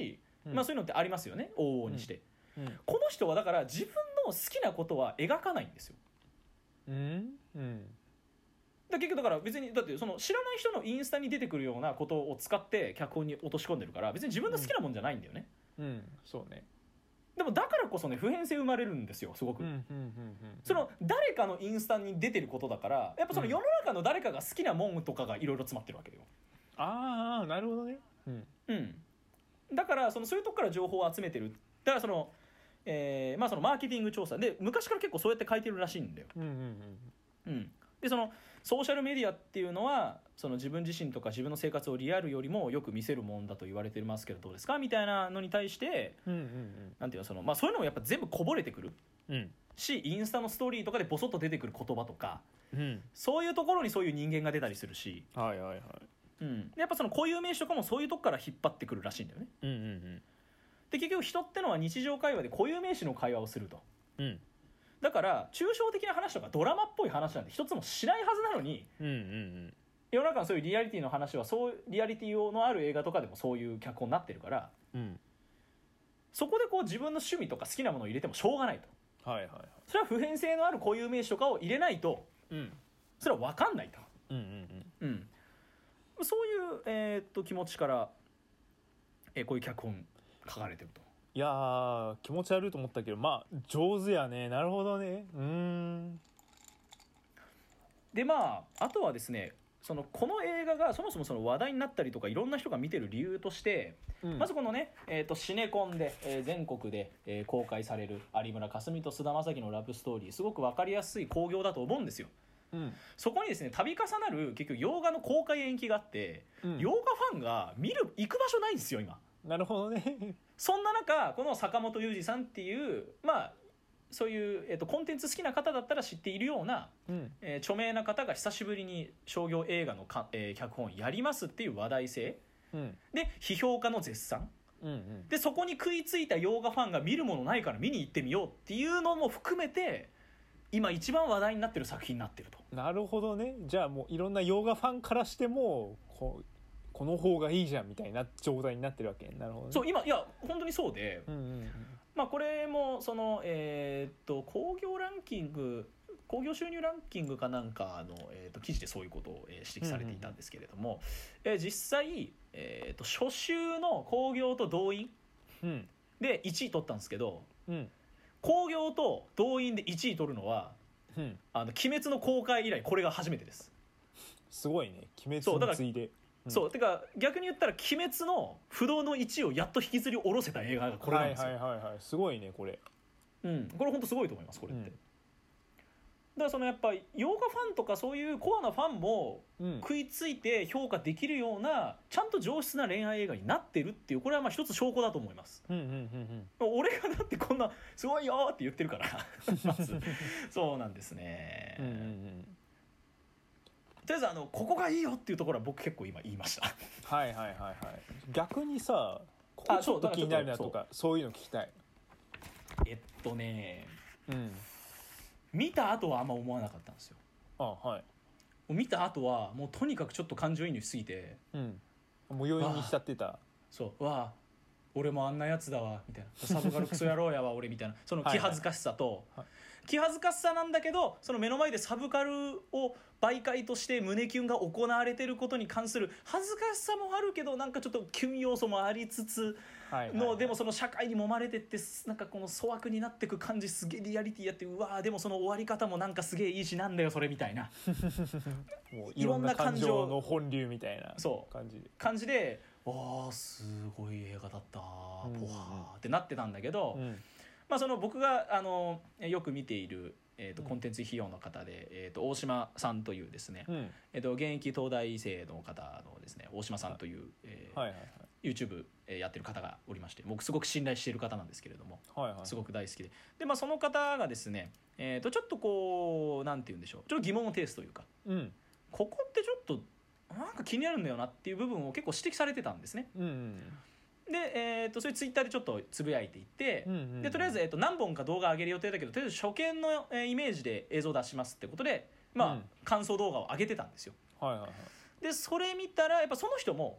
うん、まあ、そういうのってありますよね往々にして、 うんうん、 この人はだから自分の好きなことは描かないんですよ。 うんうん、 だ結局だから別にだってその知らない人のインスタに出てくるようなことを使って脚本に落とし込んでるから別に自分の好きなもんじゃないんだよね、 うん、うん、そうね。 でもだからこそね普遍性生まれるんですよすごく、 うんうんうんうん、 その誰かのインスタに出てることだからやっぱその世の中の誰かが好きなもんとかがいろいろ詰まってるわけよ。 ああなるほどね。うん、 うん、だからそのそういうとこから情報を集めてる。だからその、えーまあ、そのマーケティング調査で昔から結構そうやって書いてるらしいんだよ。 うんうんうんうん、でそのソーシャルメディアっていうのはその自分自身とか自分の生活をリアルよりもよく見せるもんだと言われてますけどどうですかみたいなのに対して、 うんうんうん、 なんていうのその、まあ、そういうのもやっぱ全部こぼれてくる、 うん、 しインスタのストーリーとかでボソッと出てくる言葉とか、 うん、 そういうところにそういう人間が出たりするし、 はいはいはい、 うん、でやっぱその固有名詞とかもそういうとこから引っ張ってくるらしいんだよね。 うんうんうん、 で結局人ってのは日常会話で固有名詞の会話をすると、 うん、 だから抽象的な話とかドラマっぽい話なんて一つもしないはずなのに、 うんうんうん、 世の中のそういうリアリティの話はそうリアリティのある映画とかでもそういう脚本になってるから、 うん、 そこでこう自分の趣味とか好きなものを入れてもしょうがないと、 はいはいはい、 それは普遍性のある固有名詞とかを入れないと、 うん、 それは分かんないと、 うんうんうん、そういう、えー、っと気持ちから、えー、こういう脚本書かれてると。 いやー気持ち悪いと思ったけどまあ上手やね。なるほどね。うーんでまああとはですねそのこの映画がそもそもその話題になったりとかいろんな人が見てる理由として、うん、まずこのね、えー、とシネコンで、えー、全国で、えー、公開される有村架純と菅田将暉のラブストーリーすごく分かりやすい興行だと思うんですよ、うん、そこにですね度重なる結局洋画の公開延期があって、うん、洋画ファンが見る行く場所ないんですよ今。 なるほどね。 そんな中この坂本雄二さんっていうまあそういう、えー、とコンテンツ好きな方だったら知っているような、うんえー、著名な方が久しぶりに商業映画のか、えー、脚本やりますっていう話題性、うん、で批評家の絶賛、うんうん、でそこに食いついた洋画ファンが見るものないから見に行ってみようっていうのも含めて今一番話題になってる作品になってると。 なるほどね。じゃあもういろんな洋画ファンからしてもこうこの方がいいじゃんみたいな状態になってるわけ。なるほどね。 そう今いや本当にそうで、うんうんうんまあ、これもその、えー、っと興行ランキング興行収入ランキングかなんかの、えー、っと記事でそういうことを、えー、指摘されていたんですけれども、うんうんうんえー、実際、えー、っと初週の興行と動員でいちい取ったんですけど、うん、興行と動員でいちい取るのは、うん、あの鬼滅の公開以来これが初めてです。 すごいね。鬼滅に次いでそうてか逆に言ったら鬼滅の不動のいちいをやっと引きずり下ろせた映画がこれなんですよ。 はいはいはいはい、すごいねこれ。 うん、これ本当すごいと思いますこれって。うん、だからそのやっぱ洋画ファンとかそういうコアなファンも食いついて評価できるようなちゃんと上質な恋愛映画になってるっていうこれはまあ一つ証拠だと思います。うんうんうんうん、俺がだってこんなすごいよって言ってるからまずそうなんですね。うんうんうんとりあえずあのここがいいよっていうところは僕結構今言いましたはいはいはいはい。逆にさここちょっと気になるなとかそういうの聞きたい。 えっとね、 うん、 見た後はあんま思わなかったんですよ。 あはい。 見た後はもうとにかくちょっと感情移入しすぎて、 うん、もう余韻にしちゃってた。 そうわあ俺もあんなやつだわみたいなサブカルクソ野郎やわ俺みたいなその気恥ずかしさと、はいはいはい気恥ずかしさなんだけどその目の前でサブカルを媒介として胸キュンが行われていることに関する恥ずかしさもあるけどなんかちょっとキュン要素もありつつの、はいはいはい、でもその社会に揉まれてってなんかこの粗悪になってく感じすげえリアリティやってうわーでもその終わり方もなんかすげえいいしなんだよそれみたいなもういろんな感情の本流みたいな感じで感じでわーすごい映画だったポワーってなってたんだけど、うんまあ、その僕があのよく見ている、えー、とコンテンツ費用の方で、えー、と大島さんというですね、うんえー、と現役東大生の方のですね大島さんという、えーはいはいはい、YouTube やってる方がおりまして僕すごく信頼している方なんですけれども、はいはい、すごく大好きでで、まあ、その方がですね、えー、とちょっとこうなんて言うんでしょうちょっと疑問を呈すというか、うん、ここってちょっとなんか気になるんだよなっていう部分を結構指摘されてたんですね。うんうんでえー、とそれツイッターでちょっとつぶやいていて、うんうんうん、でとりあえず、えー、と何本か動画上げる予定だけどとりあえず初見の、えー、イメージで映像出しますってことで、まあうん、感想動画を上げてたんですよ、はいはいはい、でそれ見たらやっぱその人も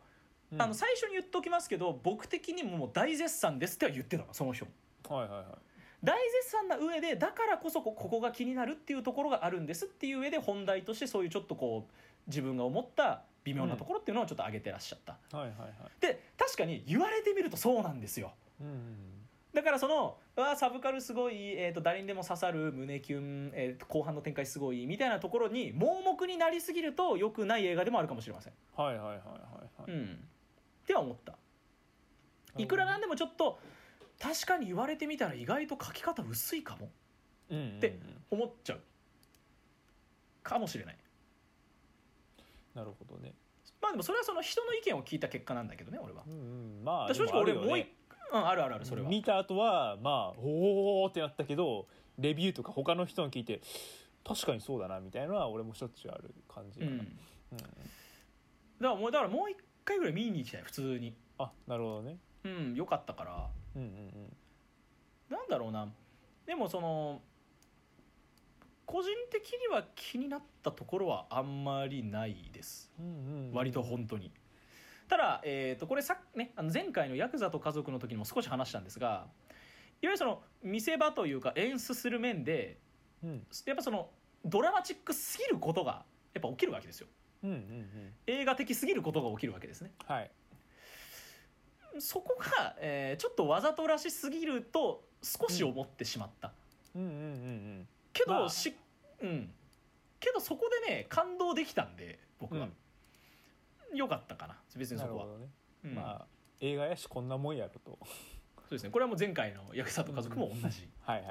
うん、あの最初に言っときますけど僕的にももう大絶賛ですっては言ってたのその人も、 はいはいはい、 大絶賛な上でだからこそここが気になるっていうところがあるんですっていう上で本題としてそういうちょっとこう自分が思った微妙なところっていうのをちょっと上げてらっしゃった、 うんはいはいはい、 で確かに言われてみるとそうなんですよ、うんうん、だからそのわサブカルすごい、えー、と誰にでも刺さる胸キュン、えー、と後半の展開すごいみたいなところに盲目になりすぎると良くない映画でもあるかもしれません。 はいはいはいはいはい、 うん、っては思った。いくらなんでもちょっと確かに言われてみたら意外と書き方薄いかも、うんうんうん、って思っちゃうかもしれない。 なるほどね。 まあでもそれはその人の意見を聞いた結果なんだけどね俺は、うんうん、 まあ正直俺もう一うん、あるあるあるそれは見た後はまあおーってなったけどレビューとか他の人の聞いて確かにそうだなみたいなのは俺もしょっちゅうある感じ、うんうん、だからもうだからもう一回ぐらい見に行きたい普通に。 あなるほどね。 うんよかったから、うんうんうん、なんだろうなでもその個人的には気になったところはあんまりないです、うんうんうん、割と本当に。ただ、えー、とこれさ、ね、あの前回のヤクザと家族の時にも少し話したんですがいわゆるその見せ場というか演出する面で、うん、やっぱそのドラマチックすぎることがやっぱ起きるわけですよ、うんうんうん、映画的すぎることが起きるわけですね、はい、そこが、えー、ちょっとわざとらしすぎると少し思ってしまった、うんうんうんうん、けど、まあしうん、けどそこでね感動できたんで僕は、うん良かったかな別にそこは、ねうん、まあ映画やしこんなもんやろとそうですねこれはもう前回のヤクザと家族も同じ、 うん、はいはい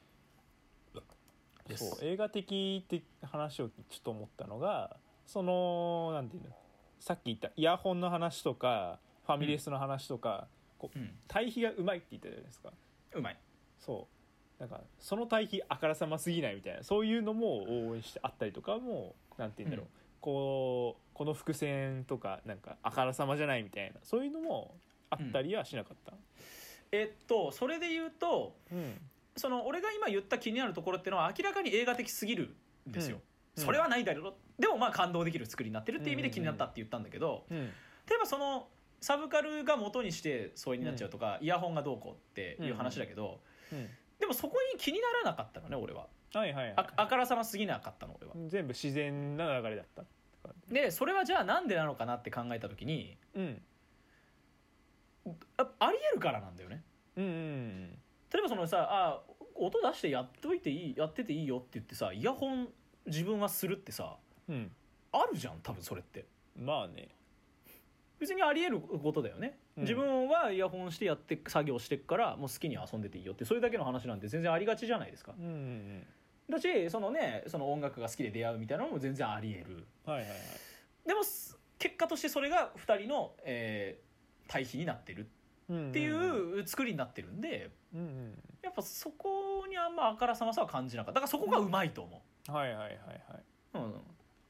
はいそう映画的って話をちょっと思ったのがそのなんていうのさっき言ったイヤホンの話とかファミレスの話とか、うん、こう対比がうまいって言ったじゃないですか。 うまいそうなんかその対比あからさますぎないみたいなそういうのも応援してあったりとかもなんて言うんだろう、うんこうこの伏線とかなんかあからさまじゃないみたいなそういうのもあったりはしなかった、うん、 えっとそれで言うと、うん、その俺が今言った気になるところっていうのは明らかに映画的すぎるんですよ、うん、それはないだろうでもまあ感動できる作りになってるっていう意味で気になったって言ったんだけど、うんうん、例えばそのサブカルが元にして疎遠になっちゃうとか、うん、イヤホンがどうこうっていう話だけど、うんうん、でもそこに気にならなかったのね俺は。はいはいはい、あ, あからさますぎなかったの俺は。 全部自然な流れだった。 でそれはじゃあなんでなのかなって考えた時に、うん、あ, ありえるからなんだよね、うんうんうん、例えばそのさあ音出してやっといていいやってていいよって言ってさイヤホン自分はするってさ、うん、あるじゃん多分それって。 まあね別にありえることだよね、うん、自分はイヤホンしてやって作業してっからもう好きに遊んでていいよってそれだけの話なんて全然ありがちじゃないですか、うんうんうんだしそのねその音楽が好きで出会うみたいなのも全然あり得る、はいはいはい、でも結果としてそれがふたりの、えー、対比になってるっていう作りになってるんで、うんうんうん、やっぱそこにあんまあからさまさは感じなかっただからそこがうまいと思う、はいはいはいはい、うん、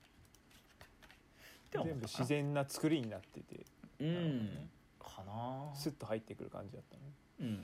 全部自然な作りになっててうん、ね、かなスッと入ってくる感じだったね、うんうんうん、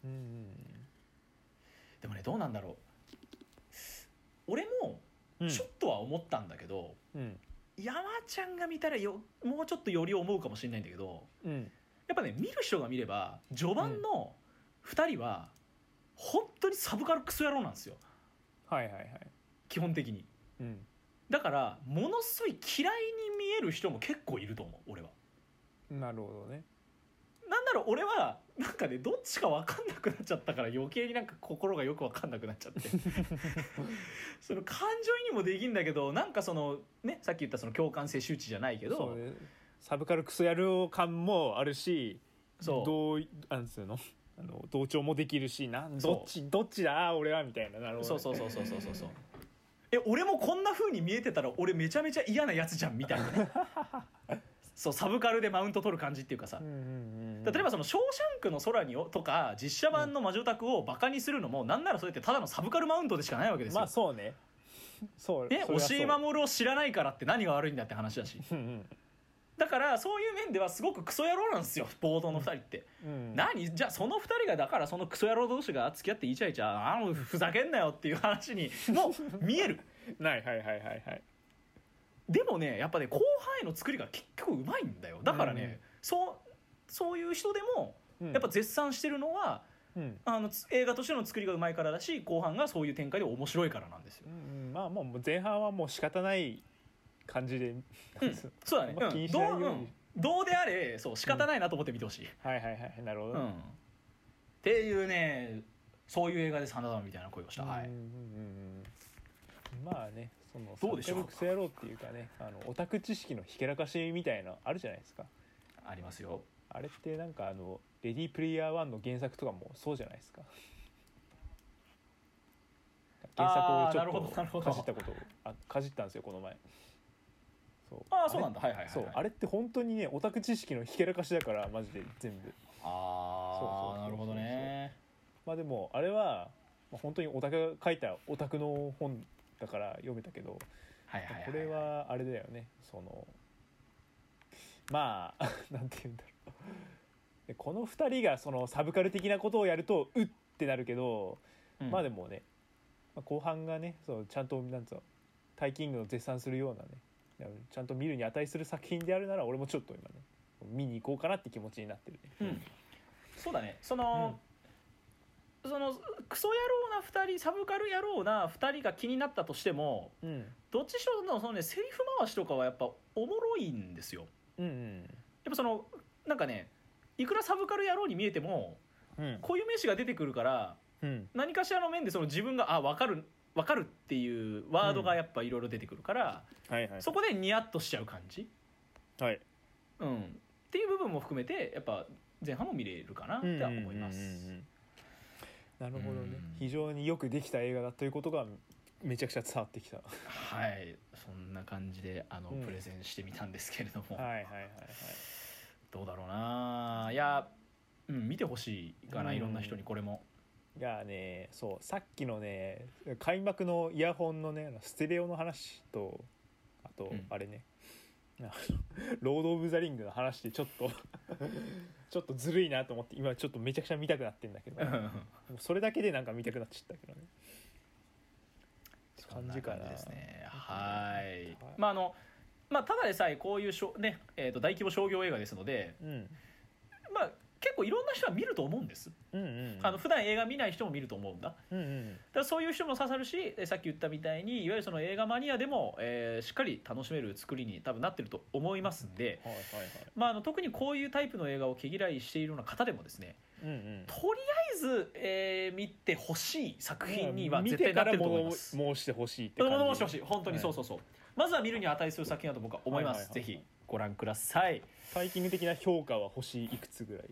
でもねどうなんだろう俺もちょっとは思ったんだけど、うん、山ちゃんが見たらよもうちょっとより思うかもしれないんだけど、うん、やっぱね見る人が見れば序盤のふたりは本当にサブカルクソ野郎なんですよ、はいはいはい、基本的に、うん、だからものすごい嫌いに見える人も結構いると思う俺は。 なるほどね。 なんだろう俺はなんかねどっちか分かんなくなっちゃったから余計になんか心がよく分かんなくなっちゃってその感情移入もできんだけどなんかそのねさっき言ったその共感性周知じゃないけどそう、ね、 サブカルクソ野郎感もあるしそうどうなんつうのあの同調もできるしなんどっちどっちだ俺はみたいななるほど、ね、 そうそうそうそうそうそうえ俺もこんな風に見えてたら俺めちゃめちゃ嫌なやつじゃんみたいなねそうサブカルでマウント取る感じっていうかさ、うんうんうん、例えばその「ショーシャンクの空に」とか実写版の魔女宅をバカにするのも、うん、なんならそれってただのサブカルマウントでしかないわけですよ。 まあそうねそうね押井守を知らないからって何が悪いんだって話だしだからそういう面ではすごくクソ野郎なんですよ冒頭のふたりって、うん、何じゃあそのふたりがだからそのクソ野郎同士が付き合ってイチャイチャあのふざけんなよっていう話にも見えるないはいはいはいはいでもねやっぱね後半への作りが結構うまいんだよだからね、 そうそういう人でもやっぱ絶賛してるのは、うん、あの映画としての作りがうまいからだし、後半がそういう展開で面白いからなんですよ。 うん、まあもう前半はもう仕方ない感じで、うん、 そうだね、うん、どう、うん、どうであれそう仕方ないなと思って見てほしい、 うん、はいはいはい、なるほど、うん、 っていうね、そういう映画です花束みたいな声をした。はい、うんうんうん、まあね、そのどうでしょう、クソ野郎っていうかね、あのオタク知識のひけらかしみたいなあるじゃないですか。 ありますよ。 あれってなんかあのレディープレイヤーワンの原作とかもそうじゃないですか。原作をちょっとかじったことをあかじったんですよこの前。 そうああそうなんだ、はいはいはい、はい、 そうあれって本当にねオタク知識のひけらかしだからマジで全部。 ああなるほどね。 まあでもあれは、まあ、本当にオタクが書いたオタクの本だから読めたけど、はいはいはいはい、これはあれだよね、そのまあなんて言うんだろうでこのふたりがそのサブカル的なことをやるとうってなるけど、うん、まあでもね、まあ、後半がねそうちゃんとなんつうのタイキングの絶賛するようなねちゃんと見るに値する作品であるなら俺もちょっと今ね見に行こうかなって気持ちになってるね、 うん、そうだね、その、うん、そのクソ野郎なふたり、サブカル野郎なふたりが気になったとしても、うん、どっちしろのそのねセリフ回しとかはやっぱおもろいんですよ、うんうん、やっぱそのなんかねいくらサブカル野郎に見えても、うん、こういう名詞が出てくるから、うん、何かしらの面でその自分があ分かる分かるっていうワードがやっぱいろいろ出てくるから、うんはいはい、そこでニヤッとしちゃう感じ、はいうん、っていう部分も含めてやっぱ前半も見れるかなって思います。 なるほどね、うん、非常によくできた映画だということがめちゃくちゃ伝わってきた。 はい、そんな感じであの、うん、プレゼンしてみたんですけれども、はいはいはいはい、どうだろうな、いや、うん、見てほしいかな、うん、いろんな人にこれも。 いやね、そうさっきのね開幕のイヤホンのねステレオの話とあと、うん、あれねロード・オブ・ザ・リングの話でちょっとちょっとずるいなと思って今ちょっとめちゃくちゃ見たくなってんだけどそれだけでなんか見たくなっちゃったけどね。 感じかなですね。はい、はい、まああのまあただでさえこういうしょ、ねえー、と大規模商業映画ですので、うん、まあ結構いろんな人は見ると思うんです、うんうん、あの普段映画見ない人も見ると思うんだ、うんうん、だからそういう人も刺さるし、さっき言ったみたいにいわゆるその映画マニアでも、えー、しっかり楽しめる作りに多分なってると思いますんで、はいはいはい、まあ、あの特にこういうタイプの映画を毛嫌いしているような方でもですね、うんうん、とりあえず、えー、見てほしい作品には絶対なってると思います。 見てから申してほしいって感じ。 申してほしい、本当にそうそうそう、はい、まずは見るに値する作品だと僕は思います、はいはいはい、ぜひご覧ください。 タイキング的な評価は星いくつぐらい？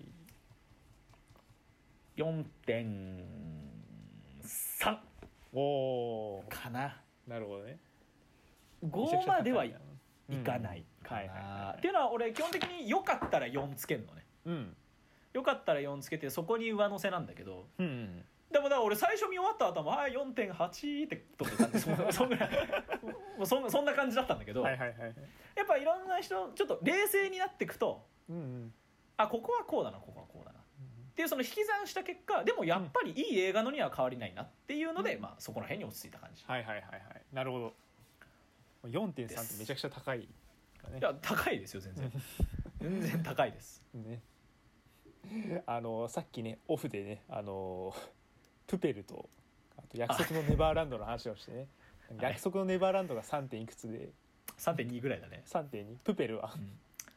よんてんさん おかな。 なるほどね。 ごまではいかないかな、うんはいはいはい、っていうのは俺基本的によかったらよんつけるのね、うん、よかったらよんつけてそこに上乗せなんだけど、うんうん、でもだから俺最初見終わった後もはい よんてんはち ってとってたんで そ, そんぐらいもう そ, そんな感じだったんだけど、はいはいはいはい、やっぱいろんな人ちょっと冷静になっていくと、うんうん、あここはこうだなここはこうだなっていうその引き算した結果でもやっぱりいい映画のには変わりないなっていうので、うん、まあ、そこら辺に落ち着いた感じ。 はいはいはいはいなるほど。 よんてんさん ってめちゃくちゃ高い、ね、 いや高いですよ全然全然高いです、ね、 あのさっきねオフでねあのプペルとあと約束のネバーランドの話をしてね約束のネバーランドが さん. 点いくつでさんてんに ぐらいだね。 さんてんに プペルは、うん、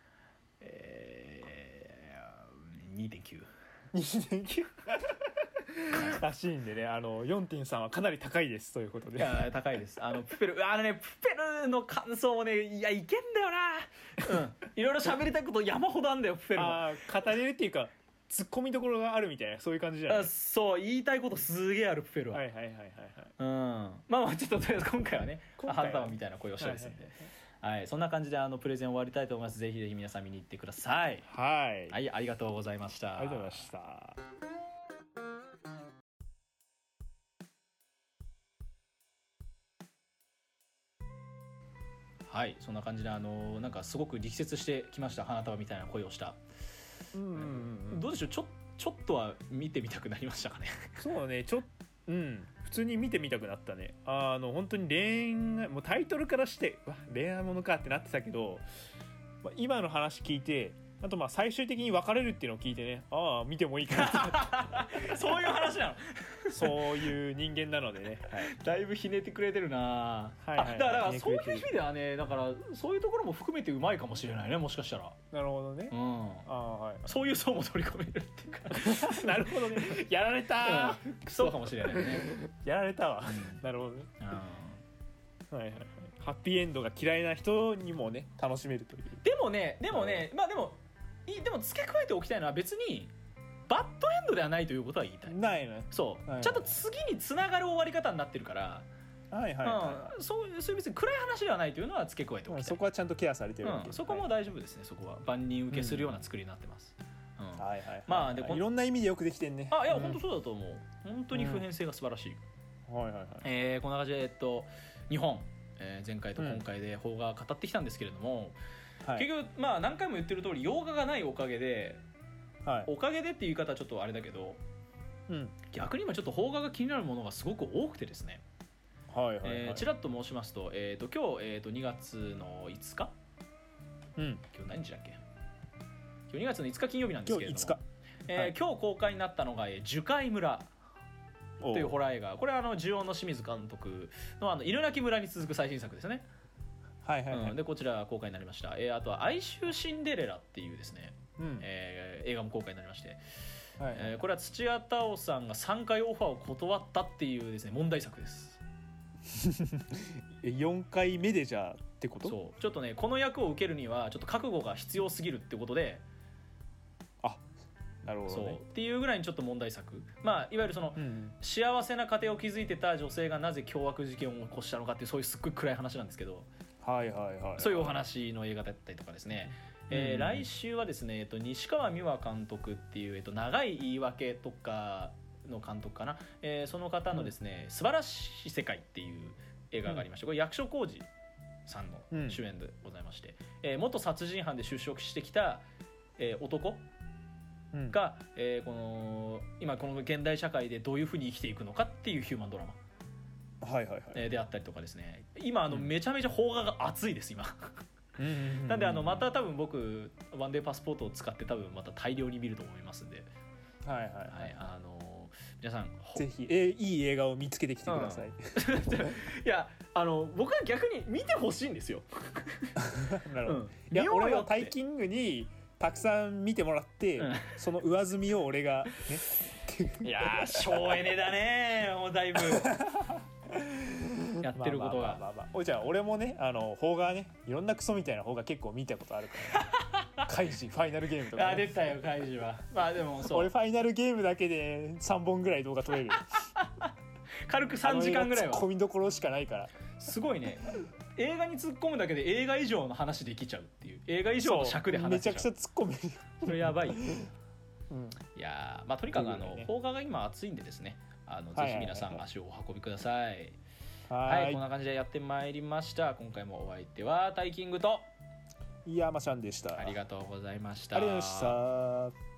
えー、にてんきゅうにてんきゅう らしいんでね、あの よんてんさん はかなり高いですということで。 いや高いです。あのプペルあのねプペルの感想もねいやいけんだよな、うん、いろいろ喋りたいこと山ほどあんだよプペルも。あ語れるっていうかツッコミどころがあるみたいなそういう感じじゃない？あそう言いたいことすげえあるプペルは。はいはいはいはいはい。うんまあまあちょっととりあえず今回はね花束みたいな声をしたですんで。はいはいはいはい、そんな感じであのプレゼン終わりたいと思います。ぜひぜひ皆さん見に行ってください。はい、はい、ありがとうございました。 ありがとうございました。 はい、そんな感じであのなんかすごく力説してきました。花束みたいな声をした。うんうんうんうん、どうでしょうちょちょっとは見てみたくなりましたかね。 そうねちょっうん普通に見てみたくなったね。あの本当に恋愛もうタイトルからしてわ恋愛ものかってなってたけど今の話聞いてあとまあ最終的に別れるっていうのを聞いてね、ああ見てもいいかなってそういう話なのそういう人間なのでね、はい、 だいぶひねってくれてるな、はいはいはい、あだからそういう意味ではね、だからそういうところも含めてうまいかもしれないね、もしかしたら。 なるほどね、うん、あ、はい、 そういう層も取り込めるっていうかなるほどね、やられた、 うん、そうかもしれないねやられたわ、うん、なるほどね、うん、はいはいはい、ハッピーエンドが嫌いな人にもね楽しめるという。 でもねでもね、まあでもいでも付け加えておきたいのは、別にバッドエンドではないということは言いたい。 ないね。 そう、 はいはい、 ちゃんと次につながる終わり方になってるから、はいはいはい、うん、そういう別に暗い話ではないというのは付け加えておきたい。 そこはちゃんとケアされてるわけ、 うん、そこも大丈夫ですね。そこは万人受けするような作りになってます、うんうん、 はいはいはい、 まあでいろんな意味でよくできてんね。 あ、いや、うん、本当そうだと思う。本当に普遍性が素晴らしい、うん、はいはいはい、えー、こんな感じで、えっと、日本、えー、前回と今回で邦画語ってきたんですけれども、はい、結局まあ何回も言ってる通り洋画がないおかげで、はい、おかげでっていう言い方はちょっとあれだけど、うん、逆に今ちょっと邦画が気になるものがすごく多くてですね、はいはいはい、えー、ちらっと申しますと、えー、と今日、えー、とにがつのいつか、うん、今日何日だっけ、今日にがつのいつか金曜日なんですけれども、今日、えーはい、今日公開になったのが、えー、樹海村というホラー映画。これはあの呪怨の清水監督 の, あの犬鳴村に続く最新作ですね。はいはいはい、うん、でこちら公開になりました。えー、あとは哀愁シンデレラっていうですね、うん、えー、映画も公開になりまして、はいはい、えー、これは土屋太鳳さんがさんかいオファーを断ったっていうですね問題作ですよんかいめでじゃあってこと？ そう、ちょっとねこの役を受けるにはちょっと覚悟が必要すぎるってことで、 あ、なるほどね、 そうっていうぐらいにちょっと問題作、まあいわゆるその、うん、幸せな家庭を築いてた女性がなぜ凶悪事件を起こしたのかっていう、そういうすっごい暗い話なんですけど、はいはいはい、はい、そういうお話の映画だったりとかですね、えー、来週はですね、えっと、西川美和監督っていう、えっと、長い言い訳とかの監督かな、えー、その方のですね、うん、素晴らしい世界っていう映画がありまして、これ役所広司さんの主演でございまして、うん、えー、元殺人犯で出所してきた、えー、男が、うん、えー、この今この現代社会でどういうふうに生きていくのかっていうヒューマンドラマ、はいはいはい、えー、であったりとかですね、今あの、うん、めちゃめちゃ邦画が熱いです今うんうんうんうん、なんであのまた多分僕ワンデーパスポートを使って多分また大量に見ると思いますんで、はいはいはい、はい、あのー、皆さんぜひ、えー、いい映画を見つけてきてください、うん、 いやあの僕は逆に見てほしいんですよなるほど、うん、いや俺はタイキングにたくさん見てもらって、うん、その上積みを俺が、 ね、いやー省エネだねもうだいぶやってることが、 おいちゃん俺もねあの邦画ねいろんなクソみたいな邦画結構見たことあるからカイジファイナルゲームとか、ね、 あ出たよカイジはまあでもそう俺ファイナルゲームだけでさんぼんぐらい動画撮れる軽くさんじかんぐらいはツッコミどころしかないからすごいね映画に突っ込むだけで映画以上の話できちゃうっていう映画以上の尺で話しちゃうめちゃくちゃ突っ込めるそれやばい、うん、いやまあとにかくあの邦画が今熱いんでですねあのぜひ皆さん足をお運びください。はい、はい、こんな感じでやってまいりました。今回もお相手はタイキングと山ちゃんでした。 ありがとうございました。 ありがとうございました。